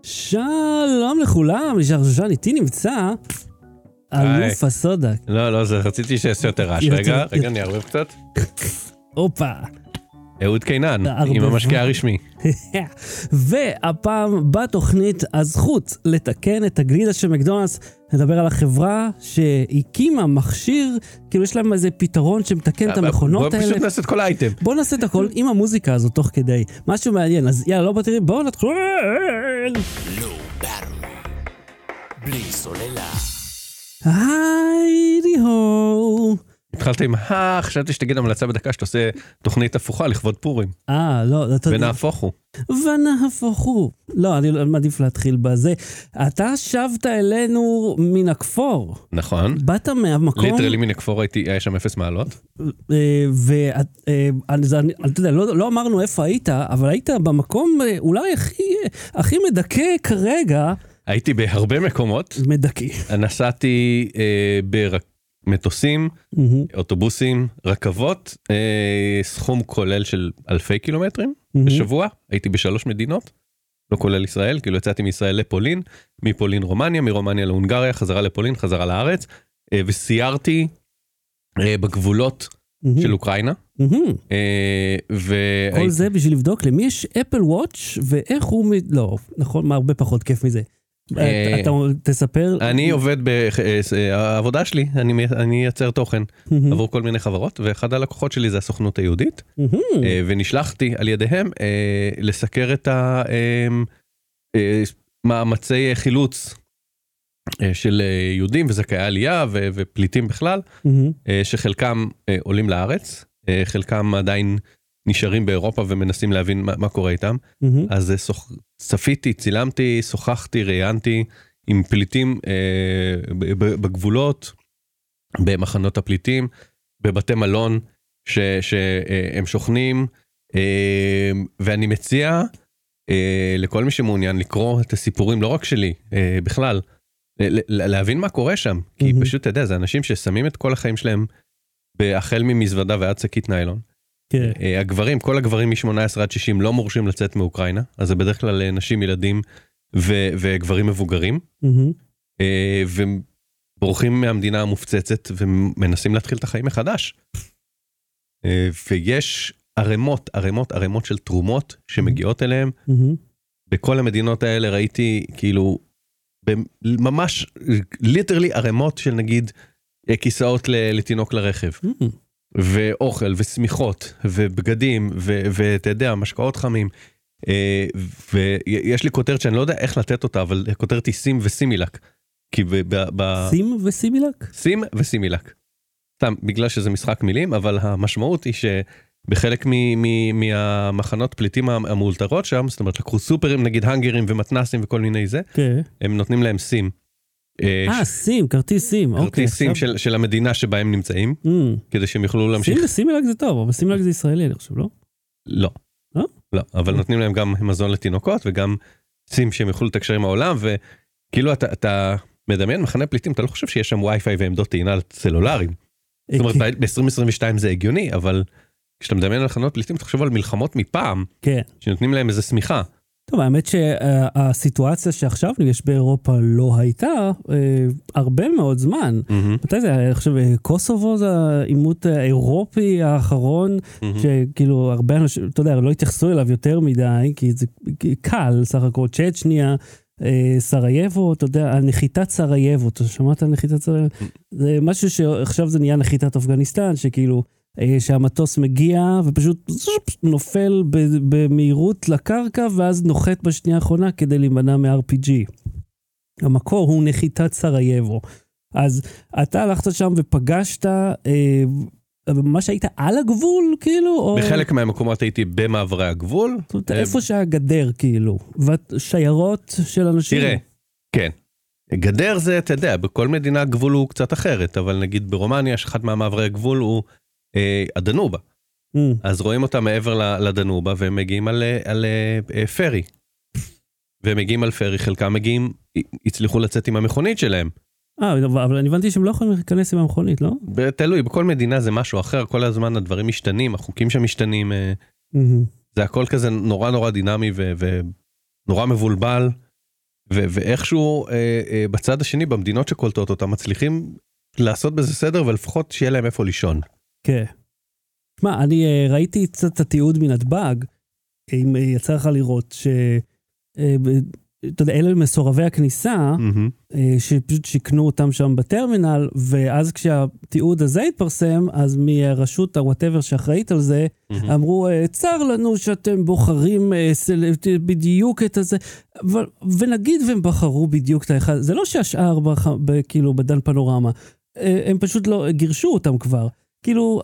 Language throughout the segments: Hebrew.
שלום לכולם, נשאר שושן, איתי נמצא אלוף הסודה. לא, זה רציתי שיעשה יותר רעש. רגע, אני אערבב קצת. אופה. אהוד קינן, עם המשקיע הרשמי. והפעם בתוכנית הזכות לתקן את הגלידה של מקדונלדס, נדבר על החברה שהקימה מכשיר, כאילו יש להם איזה פתרון שמתקן את המכונות האלה. בואו פשוט נעשה את כל האייטם. בואו נעשה את הכל עם המוזיקה הזאת תוך כדי. משהו מעניין, אז יאללה, לא בתראי, בואו נתחיל. בלי סוללה. היידי הו. התחלת עם חשבתי שתגיד המלצה בדקה שאתה עושה תוכנית הפוכה לכבוד פורים. לא, אתה יודע. ונהפוך הוא. לא, אני מעדיף להתחיל בזה. אתה שבת אלינו מן הכפור. נכון. באת מהמקום. ליטרלי מן הכפור היה שם 0 מעלות. אתה יודע, לא אמרנו איפה היית, אבל היית במקום אולי הכי מדכא כרגע. הייתי בהרבה מקומות. מדכא. נסעתי מטוסים, אוטובוסים, רכבות, סכום כולל של 1,000 קילומטרים בשבוע, הייתי ב3 מדינות, לא כולל ישראל, כאילו יצאתי מישראל לפולין, מפולין רומניה, מרומניה להונגריה, חזרה לפולין, חזרה לארץ, וסיירתי בגבולות של אוקראינה. כל זה בשביל לבדוק למי יש אפל וואץ' ואיך הוא, לא, נכון, מה הרבה פחות כיף מזה. אתה תספר. אני עובד בעבודה שלי, אני אייצר תוכן עבור כל מיני חברות, ואחד הלקוחות שלי זה הסוכנות היהודית, ונשלחתי על ידיהם לסקר את המאמצי חילוץ של יהודים וזכאי עלייה ופליטים בכלל, שחלקם עולים לארץ, חלקם עדיין נשארים באירופה ומנסים להבין מה קורה איתם. אז צפיתי, צילמתי, שוחחתי, ראיינתי עם פליטים בגבולות, במחנות הפליטים, בבתי מלון שהם שוכנים, ואני מציע לכל מי שמעוניין לקרוא את הסיפורים, לא רק שלי, בכלל, להבין מה קורה שם. כי פשוט, אתה יודע, זה אנשים ששמים את כל החיים שלהם, החל ממזוודה ועד שקית ניילון. הגברים, כל הגברים מ-18 עד 60 לא מורשים לצאת מאוקראינה, אז זה בדרך כלל נשים, ילדים וגברים מבוגרים, ובורחים מהמדינה המופצצת ומנסים להתחיל את החיים מחדש. ויש ערימות של תרומות שמגיעות אליהם. בכל המדינות האלה ראיתי כאילו ממש ליטרלי ערימות של נגיד כיסאות לתינוק לרכב. ואוכל וסמיכות ובגדים ואתה יודע, משקאות חמים, ויש לי כותרת שאני לא יודע איך לתת אותה, אבל כותרת היא סים וסימילק. סים וסימילק? סים וסימילק. סתם, בגלל שזה משחק מילים, אבל המשמעות היא שבחלק מהמחנות פליטים המאולתרות שם, זאת אומרת, לקחו סופרים, נגיד הנגרים ומתנסים וכל מיני זה, הם נותנים להם סים. סים, כרטיס סים. כרטיס סים של המדינה שבה הם נמצאים, כדי שהם יוכלו להמשיך. סים וסימילק זה טוב, אבל סימילק זה ישראלי, אני חושב, לא? לא, אבל נותנים להם גם מזון לתינוקות, וגם סים שהם יוכלו לתקשר עם העולם, וכאילו אתה מדמיין מחנה פליטים, אתה לא חושב שיש שם וי-פיי ועמדות טעינה סלולריים. זאת אומרת, ב-2022 זה הגיוני, אבל כשאתה מדמיין על מחנות פליטים, אתה חושב על מלחמות מפעם, שנותנים להם איזה סמיכה. טוב, האמת שהסיטואציה שעכשיו יש באירופה לא הייתה הרבה מאוד זמן. מתי זה? אני חושב, קוסובו זה העימות האירופי האחרון, שכאילו הרבה אנשים, אתה יודע, לא התייחסו אליו יותר מדי, כי זה קל, סך הכל, צ'צ'ניה, סרייבו, אתה יודע, נחיתת סרייבו, אתה שמעת על נחיתת סרייבו? זה משהו שעכשיו זה נהיה נחיתת אפגניסטן, שכאילו, שהמטוס מגיע ופשוט נופל במהירות לקרקע ואז נוחת בשנייה האחרונה כדי להימנע מ-RPG. המקור הוא נחיתת סרייבו. אז אתה הלכת שם ופגשת מה שהיית על הגבול כאילו? בחלק מהמקומות הייתי במעברי הגבול. זאת אומרת, איפה שהגדר כאילו? ושיירות של אנשים? תראה, כן. גדר זה, אתה יודע, בכל מדינה הגבול הוא קצת אחרת, אבל נגיד ברומניה, שאחד מהמעברי הגבול הוא הדנובה. אז רואים אותה מעבר לדנובה, והם מגיעים על פרי. והם מגיעים על פרי, חלקם מגיעים, הצליחו לצאת עם המכונית שלהם. אבל אני הבנתי שהם לא יכולים להיכנס עם המכונית, לא? תלוי, בכל מדינה זה משהו אחר, כל הזמן הדברים משתנים, החוקים שם משתנים, זה הכל כזה נורא נורא דינמי ונורא מבולבל, ואיכשהו בצד השני, במדינות שקולטות אותם, מצליחים לעשות בזה סדר, ולפחות שיהיה להם איפה לישון. כן. תשמע, אני ראיתי קצת את התיעוד מנתב"ג, אם יצא לך לראות, אתה יודע, אלה מסורבי הכניסה, שפשוט שיקנו אותם שם בטרמינל, ואז כשהתיעוד הזה התפרסם, אז מרשות הוואטאבר שאחראית על זה, אמרו, צר לנו שאתם בוחרים בדיוק את הזה, ונגיד והם בחרו בדיוק את האחד, זה לא שהשאר כאילו בדן פנורמה, הם פשוט לא גירשו אותם כבר. כאילו,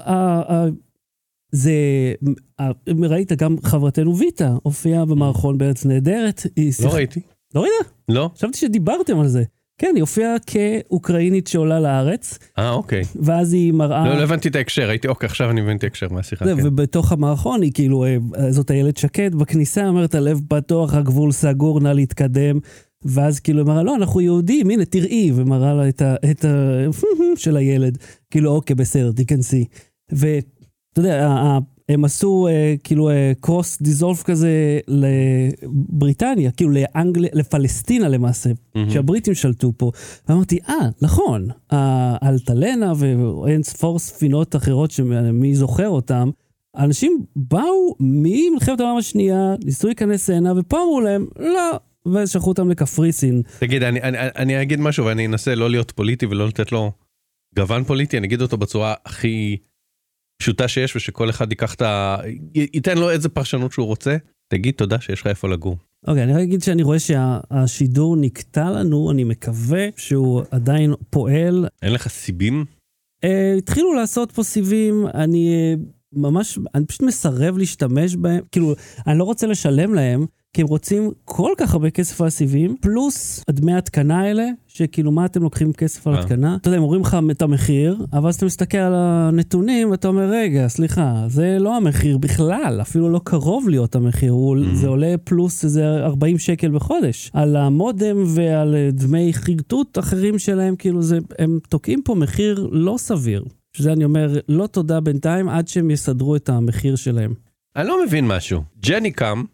זה, ראית גם חברתנו ויטה, הופיעה במערכון בארץ נהדרת. לא ראיתי. לא ראית? לא. חשבתי שדיברתם על זה. כן, היא הופיעה כאוקראינית שעולה לארץ. אוקיי. ואז היא מראה... לא הבנתי את ההקשר, הייתי, אוקיי, עכשיו אני הבנתי ההקשר מהשיחה. ובתוך המערכון היא כאילו, זאת הילד שקד, בכניסה אומרת, הלב פתוח, הגבול סגור, נא להתקדם. ואז כאילו היא מראה, לא, אנחנו יהודים, הנה, תראי, ומראה לה את של הילד. כאילו, אוקיי, בסדר, תיכנסי. אתה יודע, הם עשו כאילו קרוס דיזולף כזה לבריטניה, כאילו לפלסטינה למעשה, שהבריטים שלטו פה. ואמרתי, נכון, אלטלנה ואין ספור ספינות אחרות שמי זוכר אותם, האנשים באו ממלחמת העולם השנייה, ניסו להיכנס הנה, ופה אמרו להם, לא, ושלחו אותם לקפריסין. תגיד, אני אגיד משהו, ואני אנסה לא להיות פוליטי ולא לתת לו גוון פוליטי, אני אגיד אותו בצורה הכי פשוטה שיש, ושכל אחד ייתן לו איזה פרשנות שהוא רוצה. תגיד תודה שיש לך איפה לגור. אוקיי, אני רק אגיד שאני רואה שהשידור נקטע לנו, אני מקווה שהוא עדיין פועל. אין לך סיבים? התחילו לעשות פה סיבים, אני פשוט מסרב להשתמש בהם, כאילו, אני לא רוצה לשלם להם, כי הם רוצים כל כך הרבה כסף על הסיבים, פלוס דמי התקנה האלה, שכאילו מה אתם לוקחים כסף על התקנה? אתה יודע, הם אומרים לך את המחיר, אבל אז אתה מסתכל על הנתונים, ואתה אומר, רגע, סליחה, זה לא המחיר בכלל, אפילו לא קרוב להיות המחיר, זה עולה פלוס איזה 40 שקל בחודש. על המודם ועל דמי חרטוט אחרים שלהם, כאילו הם תוקעים פה מחיר לא סביר. שזה אני אומר, לא תודה בינתיים, עד שהם יסדרו את המחיר שלהם. אני לא מבין משהו. ג'ניקאם,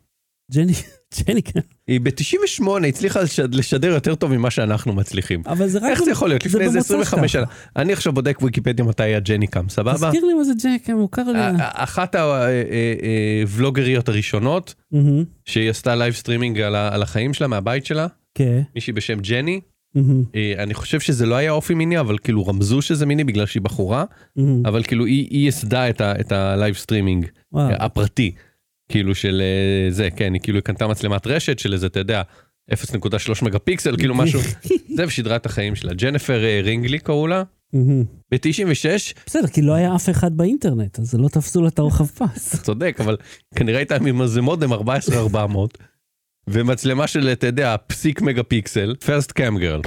היא ב-98 הצליחה לשדר יותר טוב ממה שאנחנו מצליחים. איך זה יכול להיות? לפני איזה 25 שנה. אני עכשיו בודק ויקיפדיה מתי היה ג'ניקאם, סבבה? תזכיר לי מה זה ג'ניקאם, מוכר לי. אחת הוולוגריות הראשונות, שהיא עשתה לייב סטרימינג על החיים שלה, מהבית שלה. מישהי בשם ג'ני. אני חושב שזה לא היה אופי מיני, אבל כאילו רמזו שזה מיני בגלל שהיא בחורה, אבל כאילו היא יסדה את הלייב סטרימינג הפרטי. כאילו של זה, כן, היא כאילו קנתה מצלמת רשת של איזה, אתה יודע, 0.3 מגה-פיקסל, כאילו משהו, זה ושדרה את החיים שלה. ג'נפר רינגלי קראו לה, ב-96. בסדר, כי לא היה אף אחד באינטרנט, אז לא תפסו לה את הרוחב פס. צודק, אבל כנראה הייתה עם מודם 14400, ומצלמה של, אתה יודע, פסיק מגה-פיקסל, first cam girl.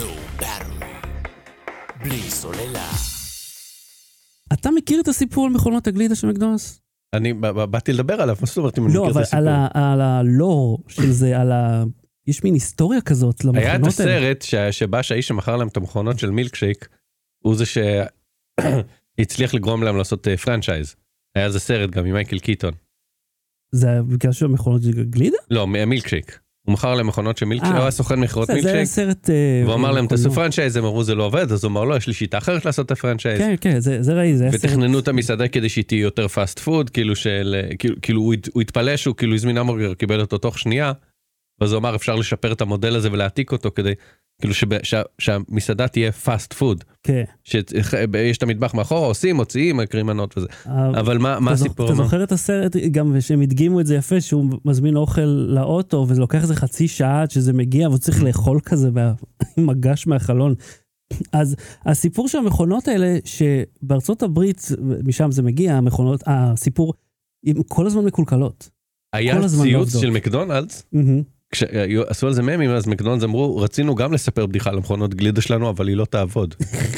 בלי סוללה. אתה מכיר את הסיפור על מכונות הגלידה של מקדונלדס? אני באתי לדבר עליו, מה זאת אומרת אם אני מכיר את הסיפור? לא, אבל על הלור של זה, יש מין היסטוריה כזאת למכונות האלה. היה את הסרט שבא שהאיש שמכר להם את המכונות של מילקשייק, הוא זה שהצליח לגרום להם לעשות פרנצ'ייז. היה איזה סרט גם עם מייקל קיטון. זה היה בגלל שהוא מכונות גלידה? לא, מילקשייק. הוא מכר להם מכונות של מילקשייק, הוא היה סוכן מכירות מילקשייק. זה היה סרט... והוא אמר להם, תעשו פרנצ'ייז, הם אמרו, זה לא עובד, אז הוא אמר, לא, יש לי שיטה אחרת לעשות את הפרנצ'ייז. כן, כן, זה ראי, זה היה סרט... ותכננו את המסעדה כדי שהיא תהיה יותר פאסט פוד, כאילו הוא התפלא שהוא כאילו הזמין המבורגר, קיבל אותו תוך שנייה, ואז הוא אמר, אפשר לשפר את המודל הזה ולהעתיק אותו כדי, כאילו שהמסעדה תהיה פאסט פוד. כן. שיש את המטבח מאחורה, עושים, מוציאים, מקרים מנות וזה. אבל מה הסיפור? אתה זוכר את הסרט, גם שהם הדגימו את זה יפה, שהוא מזמין אוכל לאוטו, וזה לוקח איזה חצי שעה עד שזה מגיע, והוא צריך לאכול כזה עם מגש מהחלון. אז הסיפור של המכונות האלה, שבארצות הברית, משם זה מגיע, המכונות, הסיפור, עם כל הזמן מקולקלות. היה ציוץ של מקדונלדס, כשעשו על זה ממים, אז מקדונלדס אמרו, רצינו גם לספר בדיחה על המכונות גלידה שלנו, אבל היא לא תעבוד.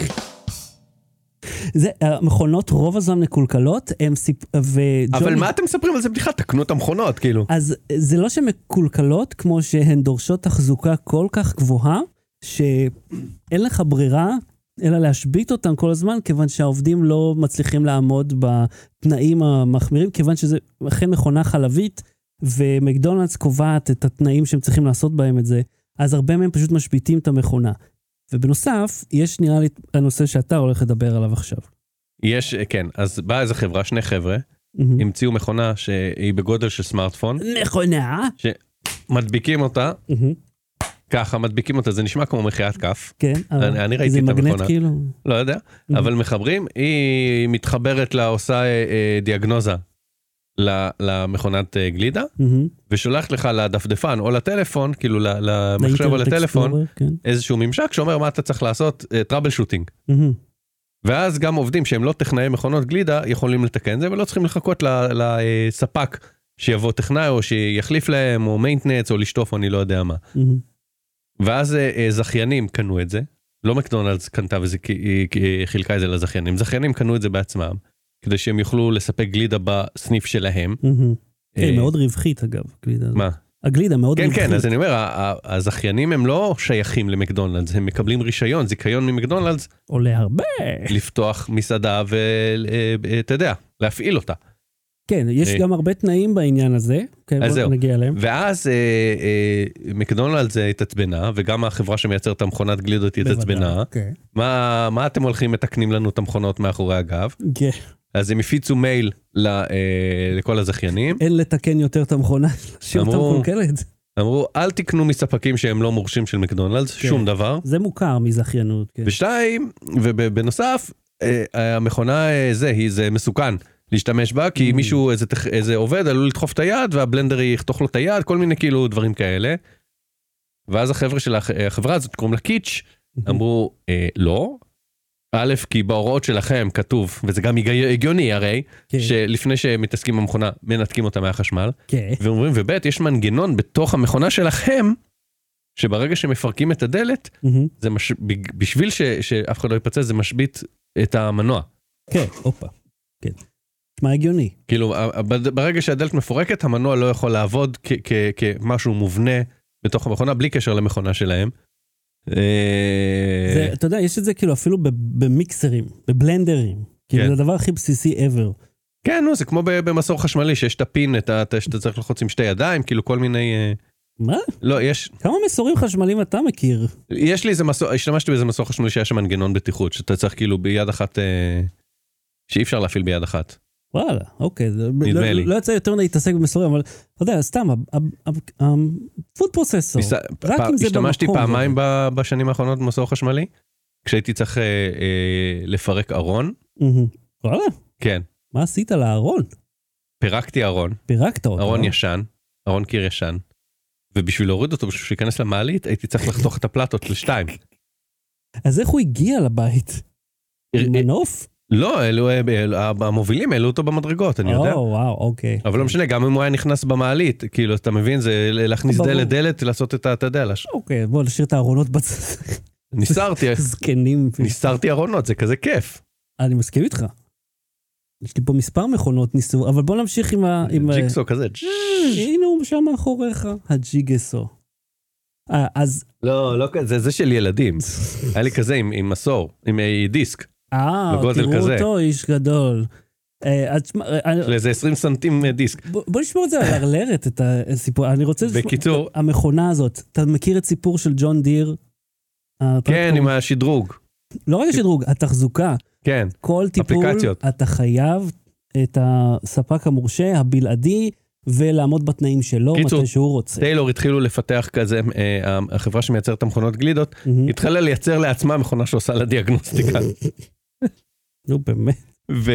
זה, המכונות רוב הזמן מקולקלות, אבל מה אתם מספרים על זה בדיחה? תקנו את המכונות, כאילו. אז זה לא שמקולקלות, כמו שהן דורשות תחזוקה כל כך גבוהה, שאין לך ברירה, אלא להשבית אותם כל הזמן, כיוון שהעובדים לא מצליחים לעמוד בתנאים המחמירים, כיוון שזה אכן מכונה חלבית, ומקדונלדס קובעת את התנאים שהם צריכים לעשות בהם את זה. אז הרבה מהם פשוט משביטים את המכונה. ובנוסף, יש נראה לי הנושא שאתה הולך לדבר עליו עכשיו. יש, כן, אז באה איזה חברה, שני חבר'ה, המציאו מכונה שהיא בגודל של סמארטפון. מכונה? שמדביקים אותה, ככה, מדביקים אותה, זה נשמע כמו מחיית כף. כן, אני ראיתי את המכונה. כאילו? לא יודע, אבל מחברים, היא מתחברת לה, עושה דיאגנוזה למכונת גלידה, ושולחת לך לדפדפן או לטלפון, כאילו למחשב או לטלפון, איזשהו ממשק שאומר מה אתה צריך לעשות, טראבל שוטינג. ואז גם עובדים שהם לא טכנאי מכונות גלידה, יכולים לתקן זה, ולא צריכים לחכות לספק שיבוא טכנאי, או שיחליף להם, או מיינטנץ, או לשטוף, או אני לא יודע מה. ואז זכיינים קנו את זה, לא מקדונלדס קנתה וזה, כי חילקה את זה לזכיינים, זכיינים קנו את זה בעצמם, כדי שהם יוכלו לספק גלידה בסניף שלהם. כן, מאוד רווחית אגב, גלידה. מה? הגלידה מאוד רווחית. כן, אז אני אומר, הזכיינים הם לא שייכים למקדונלדס, הם מקבלים רישיון, זיכיון ממקדונלדס. עולה הרבה. לפתוח מסעדה ואתה יודע, להפעיל אותה. כן, יש גם הרבה תנאים בעניין הזה. אז זהו. נגיע אליהם. ואז מקדונלדס התעצבנה, וגם החברה שמייצרת את המכונת גלידות התעצבנה. מה אתם הולכים מתקנים לנו את המכונות מאחורי הגב? כן. אז הם הפיצו מייל לכל הזכיינים. אין לתקן יותר את המכונה, שיהיה אותם קולקלת. אמרו, אל תקנו מספקים שהם לא מורשים של מקדונלדס, שום דבר. זה מוכר מזכיינות. ושתיים, ובנוסף, המכונה זה מסוכן להשתמש בה, כי מישהו, איזה עובד, עלול לדחוף את היד, והבלנדר יחתוך לו את היד, כל מיני כאילו דברים כאלה. ואז החבר'ה של החברה הזאת, קוראים לה קיץ', אמרו, לא, א', כי בהוראות שלכם כתוב, וזה גם הגיוני הרי, שלפני שמתעסקים במכונה, מנתקים אותה מהחשמל, ואומרים, וב' יש מנגנון בתוך המכונה שלכם, שברגע שמפרקים את הדלת, זה בשביל שאף אחד לא ייפצע, זה משבית את המנוע. כן, אופה, כן. מה הגיוני? כאילו, ברגע שהדלת מפורקת, המנוע לא יכול לעבוד כמשהו מובנה בתוך המכונה, בלי קשר למכונה שלהם. אתה יודע, יש את זה כאילו אפילו במיקסרים, בבלנדרים, כאילו זה הדבר הכי בסיסי ever. כן, זה כמו במסור חשמלי, שיש את הפין, שאתה צריך לחוץ עם שתי ידיים, כאילו כל מיני... מה? לא, יש... כמה מסורים חשמליים אתה מכיר? יש לי איזה מסור, השתמשתי באיזה מסור חשמלי שיש שם מנגנון בטיחות, שאתה צריך כאילו ביד אחת, שאי אפשר להפעיל ביד אחת. וואלה, אוקיי, לא יצא יותר להתעסק במסורים, אבל אתה יודע, סתם, הפוד פרוססור, רק אם זה במקום. השתמשתי פעמיים בשנים האחרונות במסור חשמלי, כשהייתי צריך לפרק ארון. וואלה? כן. מה עשית לארון? פירקתי ארון. פירקת אותו? ארון ישן, ארון קיר ישן, ובשביל להוריד אותו, בשביל שיכנס למעלית, הייתי צריך לחתוך את הפלטות לשתיים. אז איך הוא הגיע לבית? מנוף? לא, המובילים העלו אותו במדרגות, אני יודע. וואו, אוקיי. אבל לא משנה, גם אם הוא היה נכנס במעלית, כאילו, אתה מבין, זה להכניס דלת, לעשות את הדלש. אוקיי, בוא נשאיר את הארונות בצד. ניסרתי ארונות, זה כזה כיף. אני מסכים איתך. יש לי פה מספר מכונות ניסור, אבל בוא נמשיך עם... ג'יגסו כזה. הנה הוא שם מאחוריך, הג'יגסו. אז... לא כזה, זה של ילדים. היה לי כזה עם מסור, עם דיסק. תראו אותו, איש גדול. לאיזה 20 סנטים דיסק. בוא נשמור את זה על הרלרת, את הסיפור. אני רוצה... בקיצור... המכונה הזאת, אתה מכיר את סיפור של ג'ון דיר? כן, עם השדרוג. לא רק השדרוג, התחזוקה. כן, כל טיפול, אתה חייב את הספק המורשה, הבלעדי, ולעמוד בתנאים שלו, מתי שהוא רוצה. טיילור התחילו לפתח כזה, החברה שמייצרת את המכונות גלידות, התחילה לייצר לעצמה מכונה שעושה לה דיאגנוסטיקה. נו, באמת.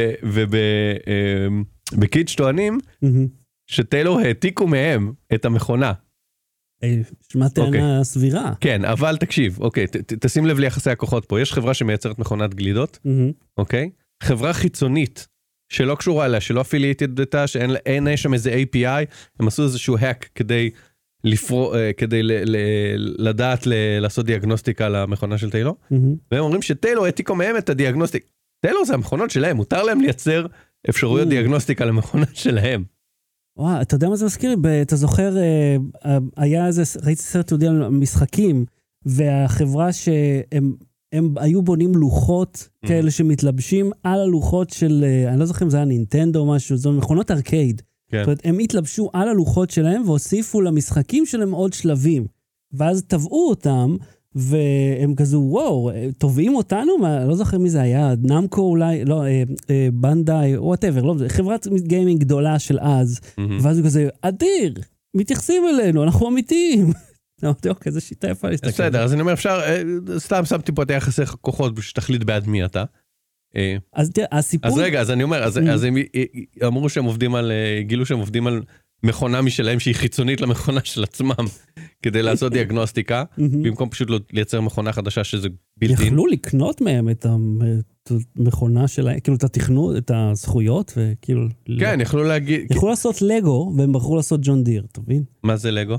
ובקיץ' טוענים, שטיילור העתיקו מהם את המכונה. שמע טענה סבירה. כן, אבל תקשיב, אוקיי, תשים לב ליחסי הכוחות פה, יש חברה שמייצרת מכונת גלידות, אוקיי? חברה חיצונית, שלא קשורה אליה, שלא אפילייטד איתה, שאין שם איזה API, הם עשו איזשהו hack כדי לדעת לעשות דיאגנוסטיקה למכונה של טיילור, והם אומרים שטיילור העתיקו מהם את הדיאגנוסטיקה. טיילור זה המכונות שלהם, מותר להם לייצר אפשרויות דיאגנוסטיקה למכונה שלהם. וואו, אתה יודע מה זה מזכיר? אתה זוכר, היה איזה, ראיתי סרט תיעודי על משחקים, והחברה הם היו בונים לוחות כאלה שמתלבשים על הלוחות של, אני לא זוכר אם זה היה נינטנדו או משהו, זו מכונות ארקייד. זאת אומרת, הם התלבשו על הלוחות שלהם והוסיפו למשחקים שלהם עוד שלבים. ואז טבעו אותם, והם כזו, וואו, תובעים אותנו? לא זוכר מי זה היה, נמקו אולי, לא, בנדאי, whatever, לא, חברת גיימינג גדולה של אז, ואז הוא כזה, אדיר, מתייחסים אלינו, אנחנו אמיתיים. אמרתי, אוקיי, זו שיטה יפה להסתכל. בסדר, אז אני אומר, אפשר, סתם שמתי פה את היחסי כוחות, שתחליט בעד מי אתה. אז תראה, הסיפור... אז רגע, אז אני אומר, אז הם אמרו שהם עובדים על, גילו שהם עובדים על מכונה משלהם שהיא חיצונית למכונה של עצמם, כדי לעשות דיאגנוסטיקה, במקום פשוט לייצר מכונה חדשה שזה בלתי. יכלו לקנות מהם את המכונה שלהם, כאילו את התכנות, את הזכויות, וכאילו... כן, יכלו להגיד... יכלו לעשות לגו, והם בחרו לעשות ג'ון דיר, אתה מבין? מה זה לגו?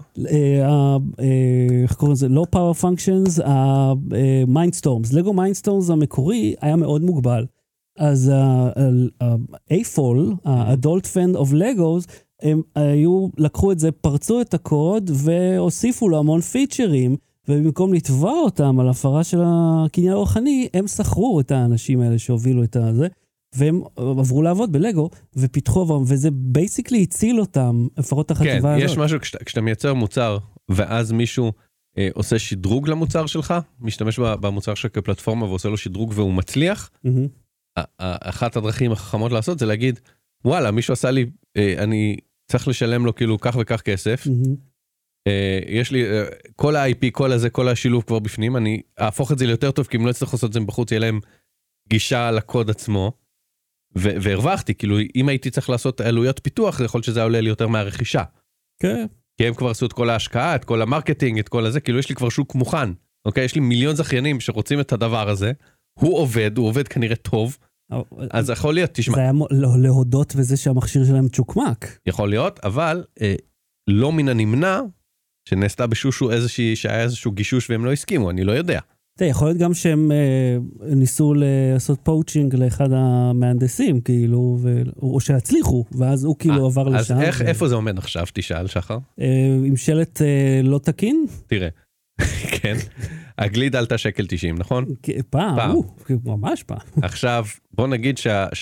איך קוראים לזה? לא פאוור פונקשנס, מיינדסטורמס. לגו מיינדסטורמס המקורי היה מאוד מוגבל. אז A-Fall, ה-Adult Fan of Legos, הם לקחו את זה, פרצו את הקוד, והוסיפו לו המון פיצ'רים, ובמקום לתבוע אותם על הפרה של הקניין הרוחני, הם שכרו את האנשים האלה שהובילו את זה, והם עברו לעבוד בלגו, ופיתחו עברם, וזה בייסיקלי הציל אותם, לפחות החטיבה הזאת. כן, יש משהו, כשאתה מייצר מוצר, ואז מישהו עושה שדרוג למוצר שלך, משתמש במוצר שלך כפלטפורמה, ועושה לו שדרוג והוא מצליח, אחת הדרכים החכמות לעשות זה להגיד, וואלה, מישהו עשה לי, אני צריך לשלם לו כאילו כך וכך כסף, יש לי, כל ה-IP, כל הזה, כל השילוב כבר בפנים, אני אהפוך את זה ליותר טוב, כי אם לא אצטרך לעשות את זה בחוץ, יהיה להם גישה לקוד עצמו, והרווחתי, כאילו, אם הייתי צריך לעשות עלויות פיתוח, זה יכול שזה עולה לי יותר מהרכישה. כן. כי הם כבר עשו את כל ההשקעה, את כל המרקטינג, את כל הזה, כאילו יש לי כבר שוק מוכן, אוקיי? יש לי מיליון זכיינים שרוצים את הדבר הזה, הוא עובד כנראה טוב, אז יכול להיות, תשמע. זה היה להודות בזה שהמכשיר שלהם צ'וקמק. יכול להיות, אבל לא מן הנמנע, שנעשתה בשושו שהיה איזשהו גישוש והם לא הסכימו, אני לא יודע. יכול להיות גם שהם ניסו לעשות פואוצ'ינג לאחד המהנדסים, כאילו, או שהצליחו, ואז הוא כאילו עבר לשם. אז איפה זה עומד עכשיו, תשאל שחר? עם שלט לא תקין? תראה, כן, הגלידה עלתה $1.90, נכון? פעם, ממש פעם. עכשיו, בוא נגיד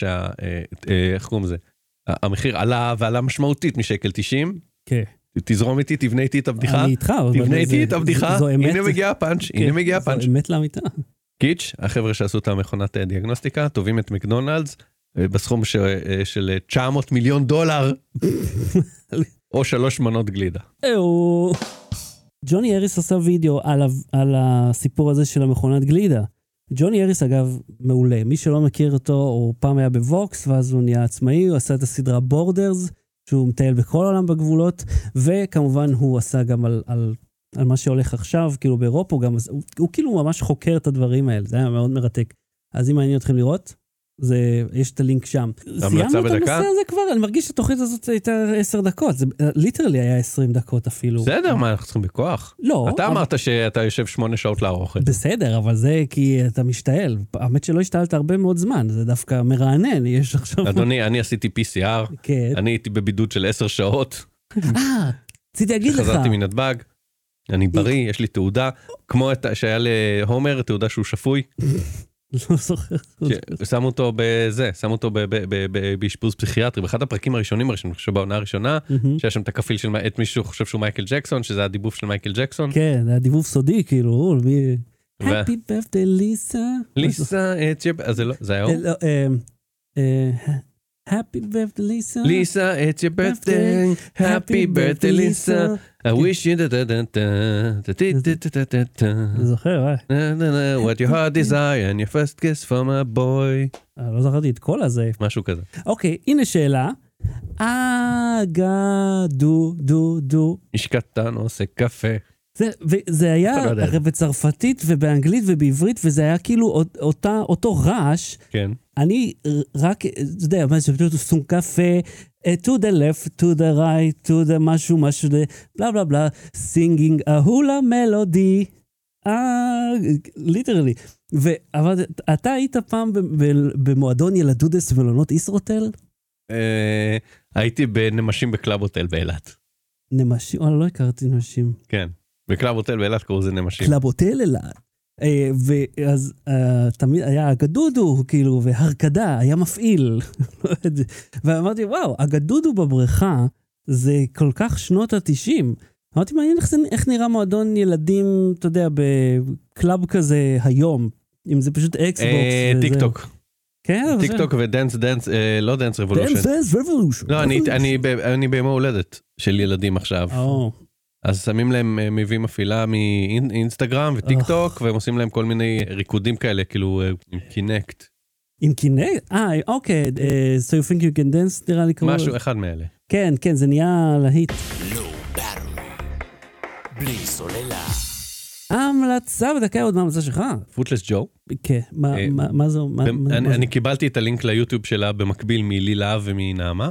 איך קוראים לזה? המחיר עלה ועלה משמעותית $1.90. כן. תזרום איתי, תבנה איתי את הבדיחה. אני איתך. תבנה איתי את הבדיחה. הנה מגיע הפאנץ'. זו אמת לאמיתה. קיץ', החבר'ה שעשו את המכונת דיאגנוסטיקה, טובים את מקדונלדס, בסכום של $900 מיליון, או 3 מנות גלידה. ג'וני אריס עשה וידאו על הסיפור הזה של המכונת גלידה. ג'וני אריס אגב מעולה. מי שלא מכיר אותו, הוא פעם היה בווקס, ואז הוא נהיה עצמאי, הוא עשה את הסדרה בורדרס, שהוא מטייל בכל העולם בגבולות, וכמובן הוא עשה גם על מה שהולך עכשיו, כאילו באירופה, הוא כאילו ממש חוקר את הדברים האלה, זה היה מאוד מרתק. אז אם מעניין אתכם לראות, יש את הלינק שם. סיימנו את הנושא הזה כבר, אני מרגיש שהתוכנית הזאת הייתה 10 דקות, זה ליטרלי היה 20 דקות אפילו. בסדר, מה, אנחנו צריכים בכוח? לא. אתה אמרת שאתה יושב 8 שעות לערוך את זה. בסדר, אבל זה כי אתה משתעל. האמת שלא השתעלת הרבה מאוד זמן, זה דווקא מרענן, יש עכשיו... אדוני, אני עשיתי PCR, אני הייתי בבידוד של 10 שעות. רציתי להגיד לך. חזרתי מנתב"ג, אני בריא, יש לי תעודה, כמו שהיה להומר, תעודה שהוא שפוי. לא זוכר. שמו אותו בזה, שמו אותו באשפוז פסיכיאטרי, באחד הפרקים הראשונים, אני חושב בעונה הראשונה, שהיה שם את הכפיל של את מישהו חושב שהוא מייקל ג'קסון, שזה הדיבוב של מייקל ג'קסון. כן, זה הדיבוב סודי, כאילו, Happy birthday, ליסה. ליסה, זה היה הוא? Happy birthday, Lisa. Lisa, it's your birthday. Happy birthday, Lisa. I wish you זוכר, what your heart desire and your first kiss from a boy. לא זכרתי את כל הזה. משהו כזה. אוקיי, הנה שאלה. דו. איש קטן עושה קפה. זה היה הרי בצרפתית ובאנגלית ובעברית, וזה היה כאילו אותו רעש. כן. אני רק, אתה יודע, סום קפה, to the left, to the right, to the משהו, בלה בלה בלה, singing a hula melody, ליטרלי. אבל אתה היית פעם במועדון ילדודס ומלונות ישרוטל? הייתי בנמשים בקלאב הוטל באילת. נמשים? לא הכרתי נמשים. כן, בקלאב הוטל באילת קראו זה נמשים. קלאב הוטל אילת. ואז תמיד היה אגדודו, כאילו, והרקדה, היה מפעיל. ואמרתי, וואו, אגדודו בבריכה, זה כל כך שנות ה-90. אמרתי, מעניין איך נראה מועדון ילדים, אתה יודע, בקלאב כזה היום, אם זה פשוט אקסבוקס. טיק טוק. כן, טיק טוק ודנס, לא דנס רבולושן. דנס רבולושן. לא, אני ביום ההולדת של ילדים עכשיו. אז שמים להם מביא מפעילה מאינסטגרם וטיק טוק, והם עושים להם כל מיני ריקודים כאלה, כאילו עם קינקט. עם קינקט? אוקיי. So you think you can dance, נראה לי קרוב. משהו, אחד מאלה. כן, כן, זה נהיה להיט. בלי סוללה. המלצה בדקה עוד מהמצא שלך. פוטלס ג'ו. כן, מה זו? אני קיבלתי את הלינק ליוטיוב שלה במקביל מלילה ומנעמה.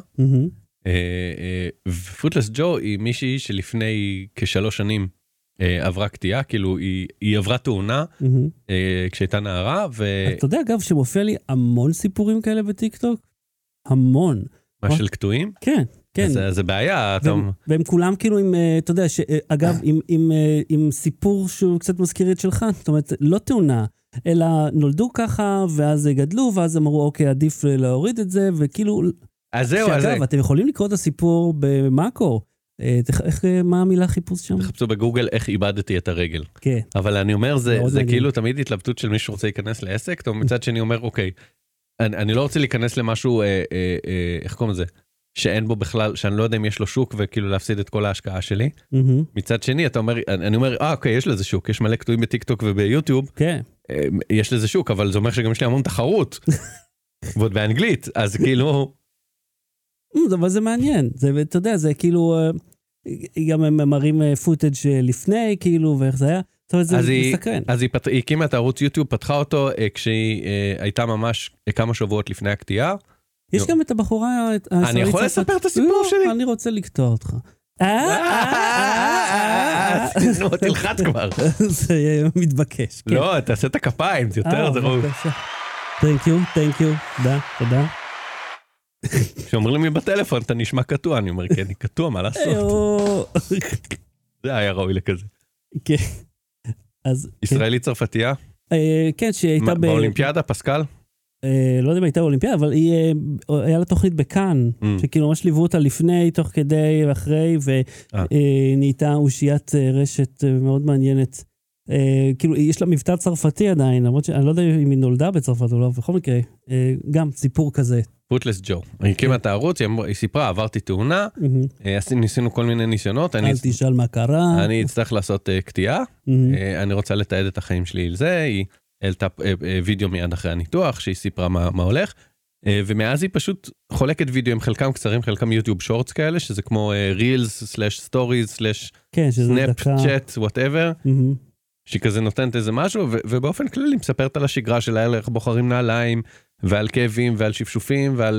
פוטלס ג'ו היא מישהי שלפני כ3 שנים עברה קטיעה, כאילו היא עברה תאונה כשהייתה נערה. אתה יודע אגב שמופיע לי המון סיפורים כאלה בטיקטוק? המון. מה של קטועים? כן. כן. זה בעיה. והם כולם כאילו עם, אתה יודע, אגב, עם סיפור שהוא קצת מזכיר את שלך, זאת אומרת, לא תאונה, אלא נולדו ככה, ואז גדלו, ואז אמרו, אוקיי, עדיף להוריד את זה, וכאילו... אז זהו, שאגב, אתם יכולים לקרוא את הסיפור במאקו, מה המילה חיפוש שם? תחפשו בגוגל איך איבדתי את הרגל. כן. אבל אני אומר, זה כאילו תמיד התלבטות של מישהו רוצה להיכנס לעסק, טוב, מצד שני אומר, אוקיי, אני לא רוצה להיכנס למשהו, איך קוראים לזה? שאין בו בכלל, שאני לא יודע אם יש לו שוק, וכאילו להפסיד את כל ההשקעה שלי. מצד שני, אתה אומר, אני אומר, אוקיי, יש לזה שוק, יש מלא קטועים בטיק טוק וביוטיוב, יש לזה שוק, אבל זה אומר שגם יש לי המון תחרות, ועוד באנגלית, אז כאילו... אבל זה מעניין, אתה יודע, זה כאילו, גם הם מראים פוטאג' לפני, כאילו, ואיך זה היה, זאת אומרת, זה מסקרן. אז היא הקימה את הערוץ יוטיוב, פתחה אותו, כשהיא הייתה ממש כמה שבועות לפני הקטיעה, יש גם את הבחורה... אני יכול לספר את הסיפור שלי? אני רוצה לקטוע אותך. נו, תלחץ כבר. זה מתבקש. לא, תעשה את הכפיים, זה יותר זרוק. Thank you, תודה. כשאומרים לי בטלפון, אתה נשמע קטוע, אני אומר, כן, אני קטוע, מה לעשות? זה היה ראוי לכזה. כן. ישראלית צרפתייה? כן, שהייתה באולימפיאדה, פסקל? לא יודע אם הייתה באולימפיאדה, אבל היה לה תוכנית בכאן, שכאילו ממש ליוו אותה לפני, תוך כדי ואחרי, ונהייתה אושיית רשת מאוד מעניינת. כאילו, יש לה מבטא צרפתי עדיין, למרות שאני לא יודע אם היא נולדה בצרפת או לא, בכל מקרה, גם סיפור כזה. פוטלס ג'ו. היא הקימה את הערוץ, היא סיפרה, עברתי תאונה, ניסינו כל מיני ניסיונות. אל תשאל מה קרה. אני אצטרך לעשות קטיעה, אני רוצה לתעד את החיים שלי על זה, היא העלתה וידאו מיד אחרי הניתוח, שהיא סיפרה מה הולך, ומאז היא פשוט חולקת וידאו, עם חלקם קצרים, חלקם יוטיוב שורטס כאלה, שזה כמו רילס, סטוריז, סנאפצ'אט, whatever, שהיא כזה נותנת איזה משהו, ובאופן כללי מספרת על השגרה שלה, איך בוחרים נעליים, ועל כאבים, ועל שפשופים, ועל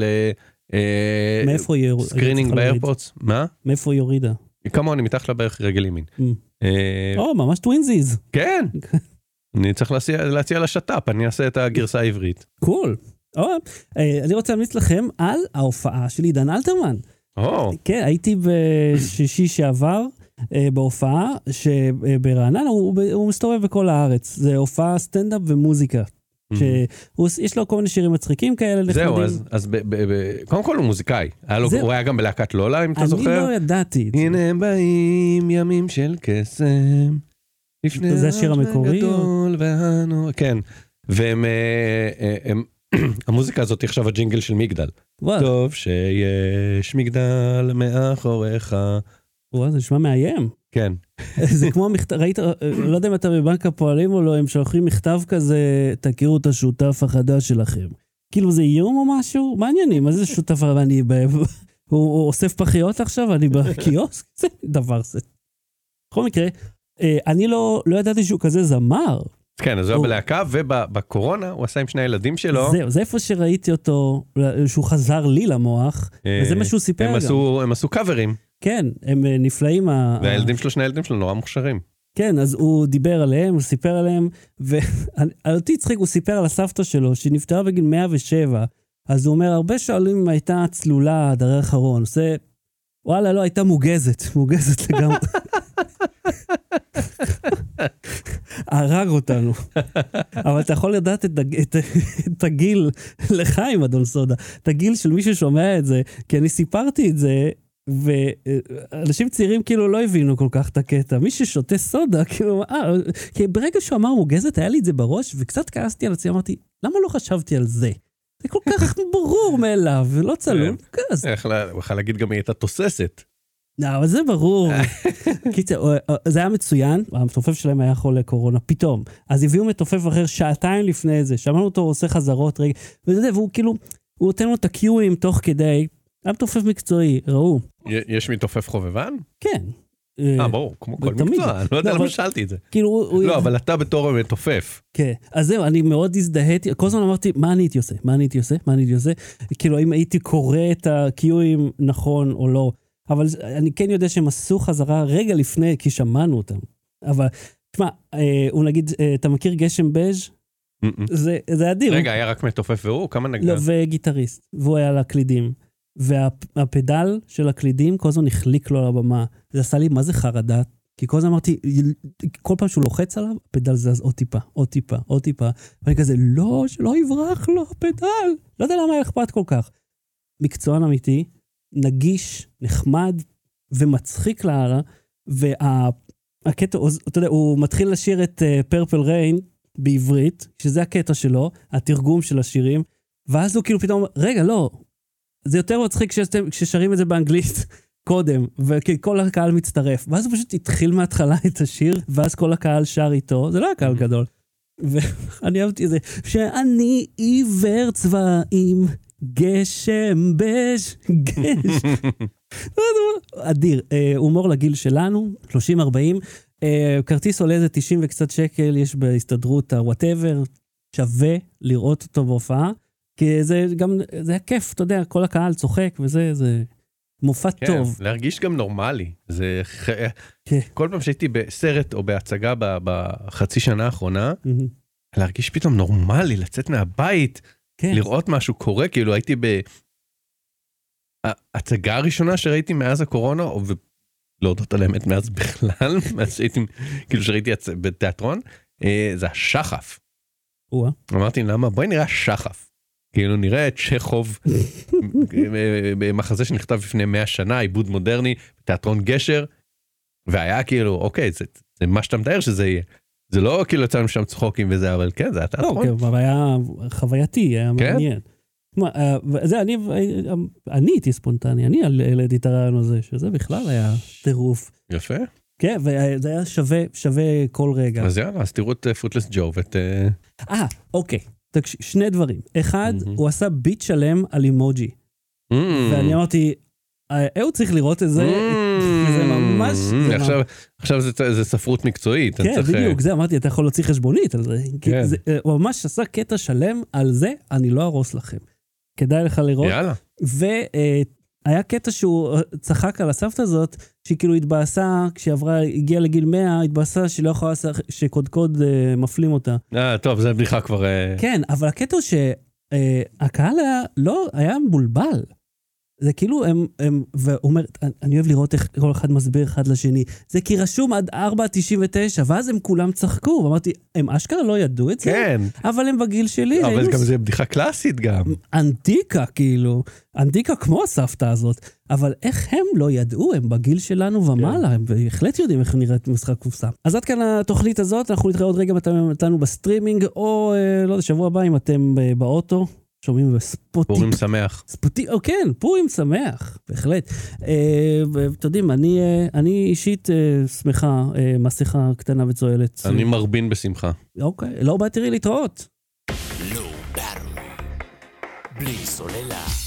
סקרינינג באיירפורטס. מה? מאיפה היא יורידה? כמוני, מתחת לברך רגל ימין. ממש טווינזיז. כן. אני צריך להציע לשטאפ, אני אעשה את הגרסה העברית. קול. אני רוצה להמליץ לכם על ההופעה של עידן אלתרמן. כן, הייתי בשישי שעבר בהופעה שברעננה, הוא מסתובב בכל הארץ. זה הופעה סטנדאפ ומוזיקה. שיש לו כל מיני שירים מצחיקים כאלה. זהו, אז קודם כל הוא מוזיקאי. הוא היה גם בלהקת לולה, אם אתה זוכר. אני לא ידעתי. הנה הם באים ימים של קסם. זה השיר המקורי? כן, והם, המוזיקה הזאת היא עכשיו הג'ינגל של מגדל. טוב שיש מגדל מאחוריך. וואו, זה נשמע מאיים. כן. זה כמו מכתב, ראית, לא יודע אם אתה בבנק הפועלים או לא, הם שולחים מכתב כזה, תכירו את השותף החדש שלכם. כאילו זה איום או משהו? מעניינים, מה זה שותף אני הוא אוסף פחיות עכשיו, אני בקיוסק? זה דבר זה. בכל מקרה, אני לא ידעתי שהוא כזה זמר. כן, אז הוא היה בלהקה, ובקורונה הוא עשה עם שני הילדים שלו. זהו, זה איפה שראיתי אותו, שהוא חזר לי למוח, וזה מה שהוא סיפר גם. הם עשו קאברים. כן, הם נפלאים. והילדים שלו, שני הילדים שלו, נורא מוכשרים. כן, אז הוא דיבר עליהם, הוא סיפר עליהם, ואותי צחיק, הוא סיפר על הסבתא שלו, שהיא נפטרה בגיל 107, אז הוא אומר, הרבה שואלים אם הייתה צלולה עד האחרון, עושה, וואלה, לא, הייתה מוגזת לגמרי. הרג אותנו. אבל אתה יכול לדעת את הגיל לחיים, אדון סודה, את הגיל של מי ששומע את זה, כי אני סיפרתי את זה, ואנשים צעירים כאילו לא הבינו כל כך את הקטע. מי ששותה סודה, כאילו, כי ברגע שהוא אמר מוגזת, היה לי את זה בראש, וקצת כעסתי על עצמי, אמרתי, למה לא חשבתי על זה? זה כל כך ברור מאליו, ולא צלול. הוא יכול להגיד גם היא הייתה תוססת. אבל זה ברור. קיצר, זה היה מצוין, המתופף שלהם היה חולה קורונה, פתאום. אז הביאו מתופף אחר שעתיים לפני זה, שמענו אותו עושה חזרות רגע, והוא כאילו, הוא נותן לו את הקיואים תוך כדי, היה מתופף מקצועי, ראו. יש מתופף חובבן? כן. ברור, כמו כל מקצוע, אני לא יודע למה שאלתי את זה. לא, אבל אתה בתור מתופף. כן, אז זהו, אני מאוד הזדהיתי, כל הזמן אמרתי, מה אני הייתי עושה? כאילו, אם הייתי קורא את הקיואים נכון או לא, אבל אני כן יודע שהם עשו חזרה רגע לפני, כי שמענו אותם. אבל, תשמע, הוא נגיד, אתה מכיר גשם בז'? זה אדיר. רגע, היה רק מתופף והוא? כמה נגד? לא, וגיטריסט, והוא היה על הקלידים. והפדל של הקלידים, כל הזמן החליק לו על הבמה. זה עשה לי, מה זה חרדה? כי כל הזמן אמרתי, כל פעם שהוא לוחץ עליו, הפדל זז עוד טיפה. ואני כזה, לא, שלא יברח לו, הפדל. לא יודע למה היה אכפת כל כך. מקצוען אמיתי, נגיש, נחמד ומצחיק להלאה, והקטע, אתה יודע, הוא מתחיל לשיר את פרפל ריין בעברית, שזה הקטע שלו, התרגום של השירים, ואז הוא כאילו פתאום, רגע, לא, זה יותר מצחיק כששרים את זה באנגלית קודם, וכל הקהל מצטרף, ואז הוא פשוט התחיל מההתחלה את השיר, ואז כל הקהל שר איתו, זה לא היה קהל גדול, ואני אהבתי את זה, שאני עיוור צבעים, גשם בש, אדיר, הומור לגיל שלנו, 30-40, כרטיס עולה איזה 90 וקצת שקל, יש בהסתדרות ה-whatever, שווה לראות אותו בהופעה, כי זה גם, זה היה כיף, אתה יודע, כל הקהל צוחק וזה, זה מופע טוב. להרגיש גם נורמלי, זה, כל פעם שהייתי בסרט או בהצגה בחצי שנה האחרונה, להרגיש פתאום נורמלי, לצאת מהבית, לראות משהו קורה, כאילו הייתי בהצגה הראשונה שראיתי מאז הקורונה, ולהודות על האמת מאז בכלל, מאז שהייתי, כאילו שראיתי בתיאטרון, זה השחף. אמרתי, למה? בואי נראה שחף. כאילו נראה את שחוב, במחזה שנכתב לפני 100 שנה, עיבוד מודרני, תיאטרון גשר, והיה כאילו, אוקיי, זה מה שאתה מתאר שזה יהיה. זה לא כאילו יצאנו שם צחוקים וזה, אבל כן, זה היה תיאטרון. לא, אבל היה חווייתי, היה מעניין. זה, אני הייתי ספונטני, אני העליתי את הרעיון הזה, שזה בכלל היה טירוף. יפה. כן, וזה היה שווה כל רגע. אז יאללה, אז תראו את פוטלס ג'ו ואת... אוקיי. שני דברים. אחד, הוא עשה ביט שלם על אימוג'י. ואני אמרתי, הוא צריך לראות את זה, זה ממש... עכשיו זה ספרות מקצועית. כן, בדיוק, זה אמרתי, אתה יכול להוציא חשבונית על זה. הוא ממש עשה קטע שלם על זה, אני לא ארוס לכם. כדאי לך לראות. יאללה. והיה קטע שהוא צחק על הסבתא הזאת, שהיא כאילו התבאסה, הגיעה לגיל 100, התבאסה שלא יכולה שקודקוד מפלים אותה. טוב, זה בדיחה כבר... כן, אבל הקטע הוא שהקהל היה מבולבל. זה כאילו, והוא אומר, אני אוהב לראות איך כל אחד מסביר אחד לשני, זה כי רשום עד 4.99, ואז הם כולם צחקו, ואמרתי, הם אשכרה לא ידעו את זה? כן. אבל הם בגיל שלי. אבל גם זה בדיחה קלאסית גם. אנטיקה, כאילו, אנטיקה כמו הסבתא הזאת, אבל איך הם לא ידעו, הם בגיל שלנו ומעלה, הם בהחלט יודעים איך נראית משחק קופסה. אז עד כאן התוכנית הזאת, אנחנו נתראה עוד רגע אותנו בסטרימינג, או לא יודע, שבוע הבא אם אתם באוטו, שומעים בספוטי. פורים שמח. ספוטי, כן, פורים שמח, בהחלט. ואתם יודעים, אני אישית שמחה, מסכה קטנה וצועלת. אני מרבין בשמחה. אוקיי, לא באתי להתראות. בלי סוללה.